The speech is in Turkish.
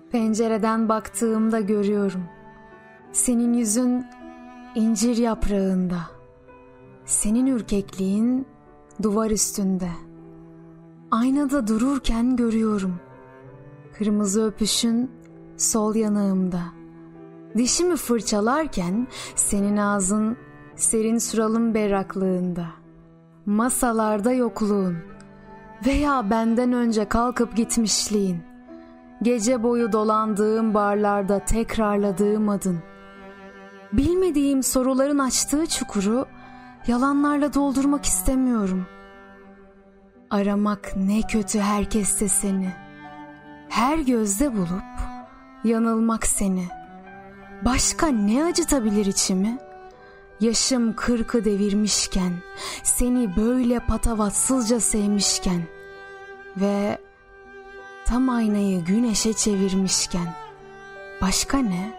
Pencereden baktığımda görüyorum. Senin yüzün incir yaprağında. Senin ürkekliğin duvar üstünde. Aynada dururken görüyorum. Kırmızı öpüşün sol yanağımda. Dişimi fırçalarken senin ağzın serin suralım berraklığında. Masalarda yokluğun veya benden önce kalkıp gitmişliğin. Gece boyu dolandığım barlarda tekrarladığım adın. Bilmediğim soruların açtığı çukuru yalanlarla doldurmak istemiyorum. Aramak ne kötü herkeste seni. Her gözde bulup yanılmak seni. Başka ne acıtabilir içimi? Yaşım 40'ı devirmişken, seni böyle patavatsızca sevmişken ve tam aynayı güneşe çevirmişken, başka ne?